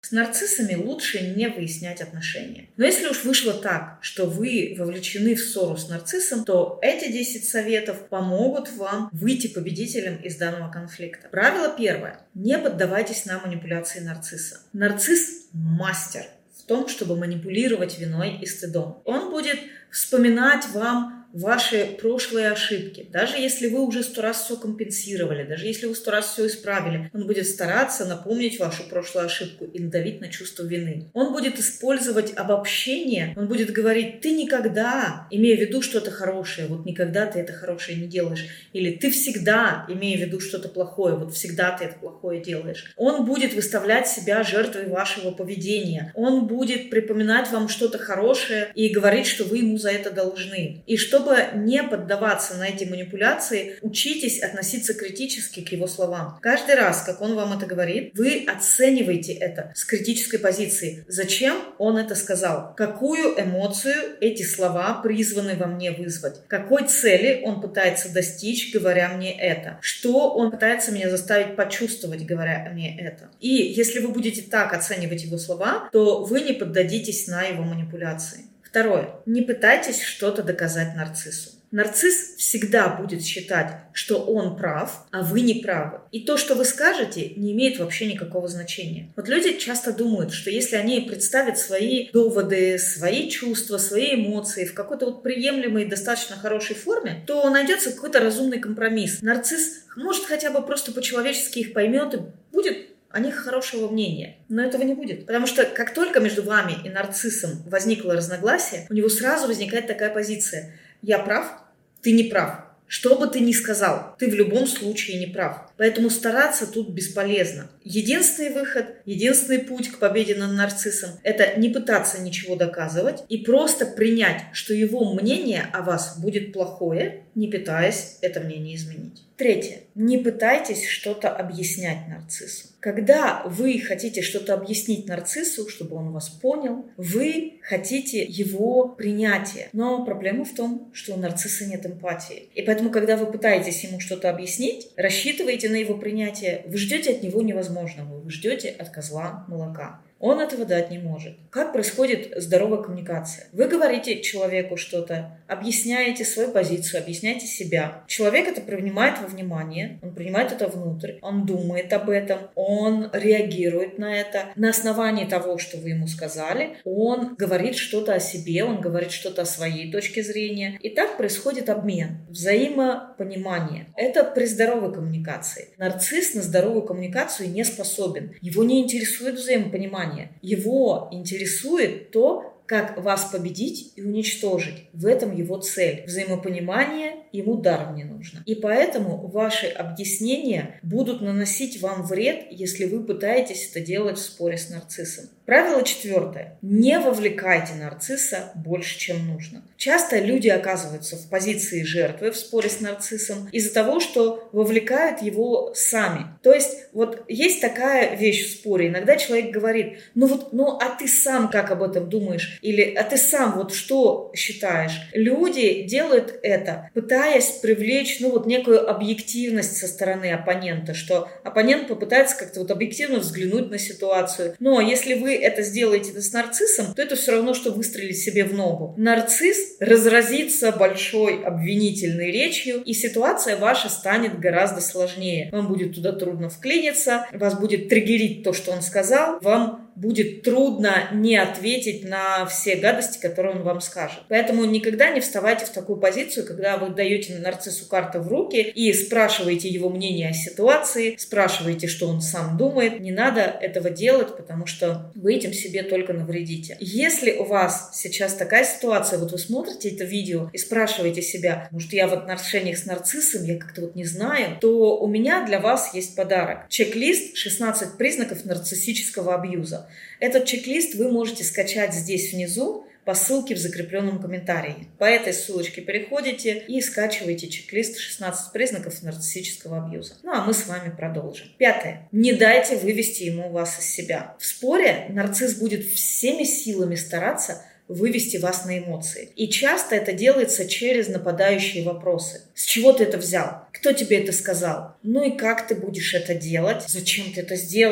С нарциссами лучше не выяснять отношения. Но если уж вышло так, что вы вовлечены в ссору с нарциссом, то эти 10 советов помогут вам выйти победителем из данного конфликта. Правило первое. Не поддавайтесь на манипуляции нарцисса. Нарцисс – мастер в том, чтобы манипулировать виной и стыдом. Он будет вспоминать вам ваши прошлые ошибки. Даже если вы уже 100 раз все компенсировали, даже если вы 100 раз все исправили, он будет стараться напомнить вашу прошлую ошибку и надавить на чувство вины. Он будет использовать обобщение, он будет говорить: ты никогда, имея в виду что-то хорошее, вот никогда ты это хорошее не делаешь. Или ты всегда, имея в виду что-то плохое, вот всегда ты это плохое делаешь. Он будет выставлять себя жертвой вашего поведения. Он будет припоминать вам что-то хорошее и говорить, что вы ему за это должны. И чтобы не поддаваться на эти манипуляции, учитесь относиться критически к его словам. Каждый раз, как он вам это говорит, вы оцениваете это с критической позиции. Зачем он это сказал? Какую эмоцию эти слова призваны во мне вызвать? Какой цели он пытается достичь, говоря мне это? Что он пытается меня заставить почувствовать, говоря мне это? И если вы будете так оценивать его слова, то вы не поддадитесь на его манипуляции. Второе. Не пытайтесь что-то доказать нарциссу. Нарцисс всегда будет считать, что он прав, а вы не правы. И то, что вы скажете, не имеет вообще никакого значения. Вот люди часто думают, что если они представят свои доводы, свои чувства, свои эмоции в какой-то вот приемлемой, достаточно хорошей форме, то найдется какой-то разумный компромисс. Нарцисс, может, хотя бы просто по-человечески их поймет и будет о них хорошего мнения. Но этого не будет. Потому что как только между вами и нарциссом возникло разногласие, у него сразу возникает такая позиция: я прав, ты не прав. Что бы ты ни сказал, ты в любом случае не прав. Поэтому стараться тут бесполезно. Единственный выход, единственный путь к победе над нарциссом – это не пытаться ничего доказывать и просто принять, что его мнение о вас будет плохое, не пытаясь это мнение изменить. Третье. Не пытайтесь что-то объяснять нарциссу. Когда вы хотите что-то объяснить нарциссу, чтобы он вас понял, вы хотите его принятия. Но проблема в том, что у нарцисса нет эмпатии. И поэтому, когда вы пытаетесь ему что-то объяснить, рассчитываете на его принятие, вы ждете от него невозможного, вы ждете от козла молока. Он этого дать не может. Как происходит здоровая коммуникация? Вы говорите человеку что-то, объясняете свою позицию, объясняете себя. Человек это принимает во внимание, он принимает это внутрь, он думает об этом, он реагирует на это. На основании того, что вы ему сказали, он говорит что-то о себе, он говорит что-то о своей точке зрения. И так происходит обмен, взаимопонимание. Это при здоровой коммуникации. Нарцисс на здоровую коммуникацию не способен. Его не интересует взаимопонимание. Его интересует то, как вас победить и уничтожить. В этом его цель. Взаимопонимание ему даром не нужно. И поэтому ваши объяснения будут наносить вам вред, если вы пытаетесь это делать в споре с нарциссом. Правило 4. Не вовлекайте нарцисса больше, чем нужно. Часто люди оказываются в позиции жертвы в споре с нарциссом из-за того, что вовлекают его сами. То есть вот есть такая вещь в споре. Иногда человек говорит: а ты сам как об этом думаешь? Или а ты сам вот что считаешь? Люди делают это, пытаясь привлечь некую объективность со стороны оппонента, что оппонент попытается как-то объективно взглянуть на ситуацию. Но если вы это сделаете с нарциссом, то это все равно, что выстрелить себе в ногу. Нарцисс разразится большой обвинительной речью, и ситуация ваша станет гораздо сложнее. Вам будет туда трудно вклиниться, вас будет триггерить то, что он сказал, вам будет трудно не ответить на все гадости, которые он вам скажет. Поэтому никогда не вставайте в такую позицию, когда вы даете нарциссу карты в руки и спрашиваете его мнение о ситуации, спрашиваете, что он сам думает. Не надо этого делать, потому что вы этим себе только навредите. Если у вас сейчас такая ситуация, вы смотрите это видео и спрашиваете себя: может, я в отношениях с нарциссом, я как-то не знаю, то у меня для вас есть подарок. Чек-лист 16 признаков нарциссического абьюза. Этот чек-лист вы можете скачать здесь внизу по ссылке в закрепленном комментарии. По этой ссылочке переходите и скачиваете чек-лист 16 признаков нарциссического абьюза. А мы с вами продолжим. 5. Не дайте вывести ему вас из себя. В споре нарцисс будет всеми силами стараться вывести вас на эмоции. И часто это делается через нападающие вопросы. С чего ты это взял? Кто тебе это сказал? И как ты будешь это делать? Зачем ты это сделал?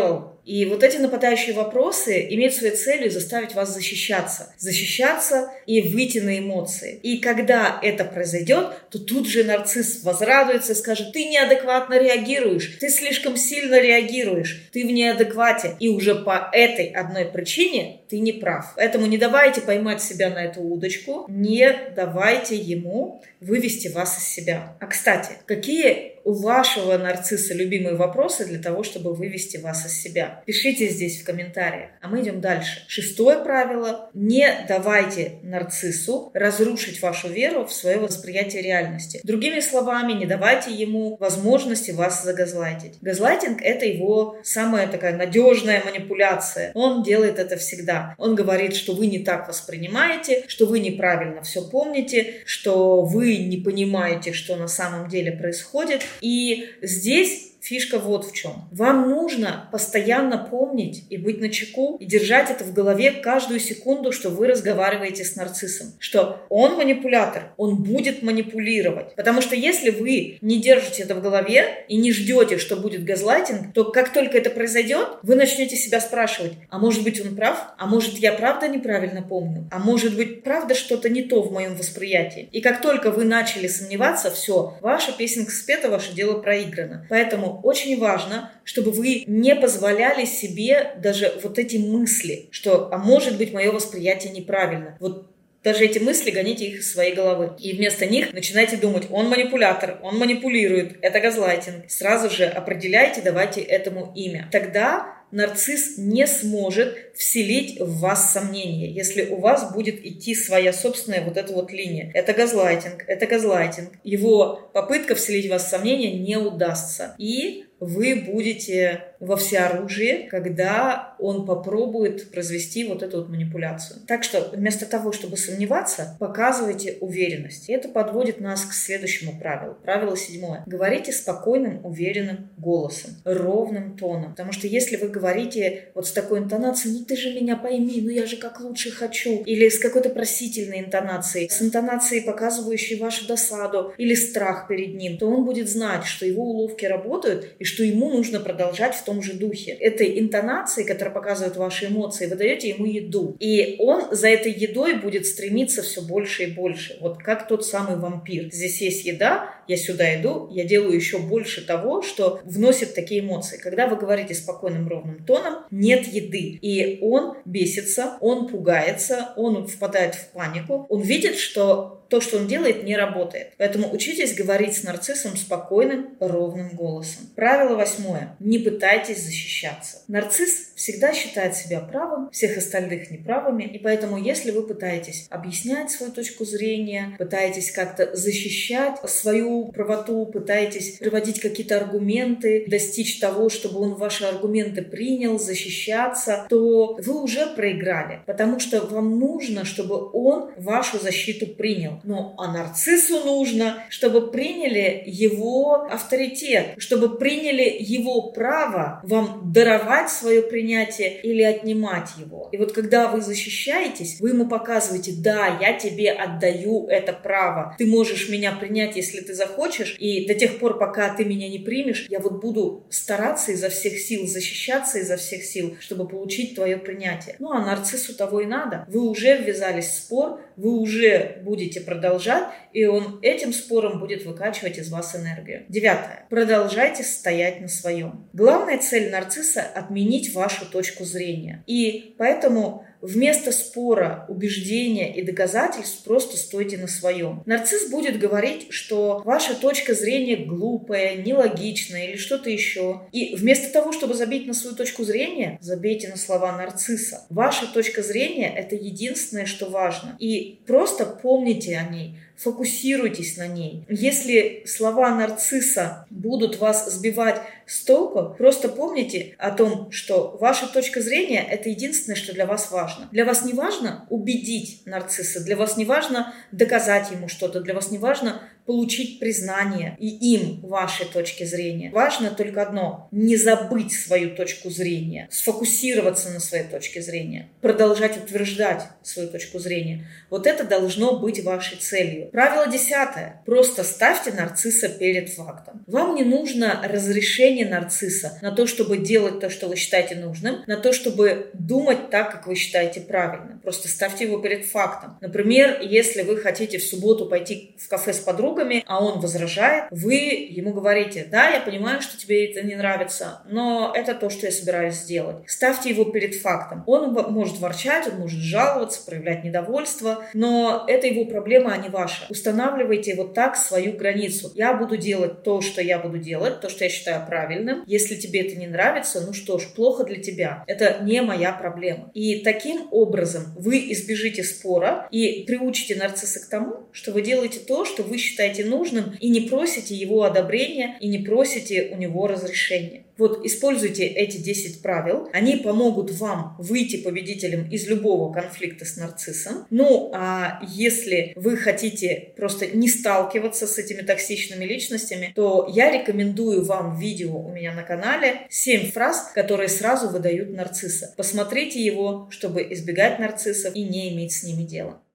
И вот эти нападающие вопросы имеют своей целью заставить вас защищаться. Защищаться и выйти на эмоции. И когда это произойдет, то тут же нарцисс возрадуется и скажет: ты неадекватно реагируешь, ты слишком сильно реагируешь, ты в неадеквате. И уже по этой одной причине ты не прав. Поэтому не давайте поймать себя на эту удочку, не давайте ему вывести вас из себя. А, кстати, какие у вашего нарцисса любимые вопросы для того, чтобы вывести вас из себя? Пишите здесь в комментариях. А мы идем дальше. 6-е правило. Не давайте нарциссу разрушить вашу веру в свое восприятие реальности. Другими словами, не давайте ему возможности вас загазлайтить. Газлайтинг — это его самая такая надежная манипуляция. Он делает это всегда. Он говорит, что вы не так воспринимаете, что вы неправильно все помните, что вы не понимаете, что на самом деле происходит. И здесь фишка вот в чем. Вам нужно постоянно помнить и быть начеку, и держать это в голове каждую секунду, что вы разговариваете с нарциссом. Что он манипулятор, он будет манипулировать. Потому что если вы не держите это в голове и не ждете, что будет газлайтинг, то как только это произойдет, вы начнете себя спрашивать: а может быть он прав? А может я правда неправильно помню? А может быть правда что-то не то в моем восприятии? И как только вы начали сомневаться, все, ваша песенка спета, ваше дело проиграно. Поэтому очень важно, чтобы вы не позволяли себе даже вот эти мысли, что, а может быть, мое восприятие неправильно. Вот даже эти мысли гоните их из своей головы. И вместо них начинайте думать: он манипулятор, он манипулирует, это газлайтинг. Сразу же определяйте, давайте этому имя. Тогда нарцисс не сможет вселить в вас сомнения, если у вас будет идти своя собственная вот эта вот линия. Это газлайтинг, это газлайтинг. Его попытка вселить в вас сомнения не удастся. И вы будете во всеоружии, когда он попробует произвести вот эту вот манипуляцию. Так что вместо того, чтобы сомневаться, показывайте уверенность. И это подводит нас к следующему правилу. Правило 7. Говорите спокойным, уверенным голосом, ровным тоном. Потому что если вы говорите вот с такой интонацией: ну ты же меня пойми, ну я же как лучше хочу, или с какой-то просительной интонацией, с интонацией, показывающей вашу досаду или страх перед ним, то он будет знать, что его уловки работают и что ему нужно продолжать в том же духе. Этой интонацией, которая показывает ваши эмоции, вы даете ему еду. И он за этой едой будет стремиться все больше и больше. Вот как тот самый вампир. Здесь есть еда, я сюда иду, я делаю еще больше того, что вносит такие эмоции. Когда вы говорите спокойным, ровным тоном, нет еды. И он бесится, он пугается, он впадает в панику. Он видит, что то, что он делает, не работает. Поэтому учитесь говорить с нарциссом спокойным, ровным голосом. Правило 8. Не пытайтесь защищаться. Нарцисс всегда считает себя правым, всех остальных неправыми. И поэтому, если вы пытаетесь объяснять свою точку зрения, пытаетесь как-то защищать свою правоту, пытаетесь приводить какие-то аргументы, достичь того, чтобы он ваши аргументы принял, защищаться, то вы уже проиграли. Потому что вам нужно, чтобы он вашу защиту принял. Ну, а нарциссу нужно, чтобы приняли его авторитет, чтобы приняли его право вам даровать свое принятие или отнимать его. И вот когда вы защищаетесь, вы ему показываете: да, я тебе отдаю это право, ты можешь меня принять, если ты захочешь, и до тех пор, пока ты меня не примешь, я вот буду стараться изо всех сил, защищаться изо всех сил, чтобы получить твое принятие. Ну, а нарциссу того и надо. Вы уже ввязались в спор, вы уже будете продолжать, и он этим спором будет выкачивать из вас энергию. 9. Продолжайте стоять на своем. Главная цель нарцисса – отменить вашу точку зрения. И поэтому вместо спора, убеждения и доказательств просто стойте на своем. Нарцисс будет говорить, что ваша точка зрения глупая, нелогичная или что-то еще. И вместо того, чтобы забить на свою точку зрения, забейте на слова нарцисса. Ваша точка зрения – это единственное, что важно. И просто помните о ней. Фокусируйтесь на ней. Если слова нарцисса будут вас сбивать с толку, просто помните о том, что ваша точка зрения – это единственное, что для вас важно. Для вас не важно убедить нарцисса, для вас не важно доказать ему что-то, для вас не важно получить признание и им вашей точки зрения. Важно только одно – не забыть свою точку зрения, сфокусироваться на своей точке зрения, продолжать утверждать свою точку зрения. Вот это должно быть вашей целью. Правило 10. Просто ставьте нарцисса перед фактом. Вам не нужно разрешение нарцисса на то, чтобы делать то, что вы считаете нужным, на то, чтобы думать так, как вы считаете правильным. Просто ставьте его перед фактом. Например, если вы хотите в субботу пойти в кафе с подругами, а он возражает, вы ему говорите: да, я понимаю, что тебе это не нравится, но это то, что я собираюсь сделать. Ставьте его перед фактом. Он может ворчать, он может жаловаться, проявлять недовольство, но это его проблема, а не ваша. Устанавливайте вот так свою границу. Я буду делать то, что я буду делать, то, что я считаю правильным. Если тебе это не нравится, ну что ж, плохо для тебя. Это не моя проблема. И таким образом вы избежите спора и приучите нарцисса к тому, что вы делаете то, что вы считаете нужным, и не просите его одобрения, и не просите у него разрешения. Вот используйте эти 10 правил. Они помогут вам выйти победителем из любого конфликта с нарциссом. Ну, а если вы хотите просто не сталкиваться с этими токсичными личностями, то я рекомендую вам видео у меня на канале 7 фраз, которые сразу выдают нарцисса. Посмотрите его, чтобы избегать нарциссов и не иметь с ними дела.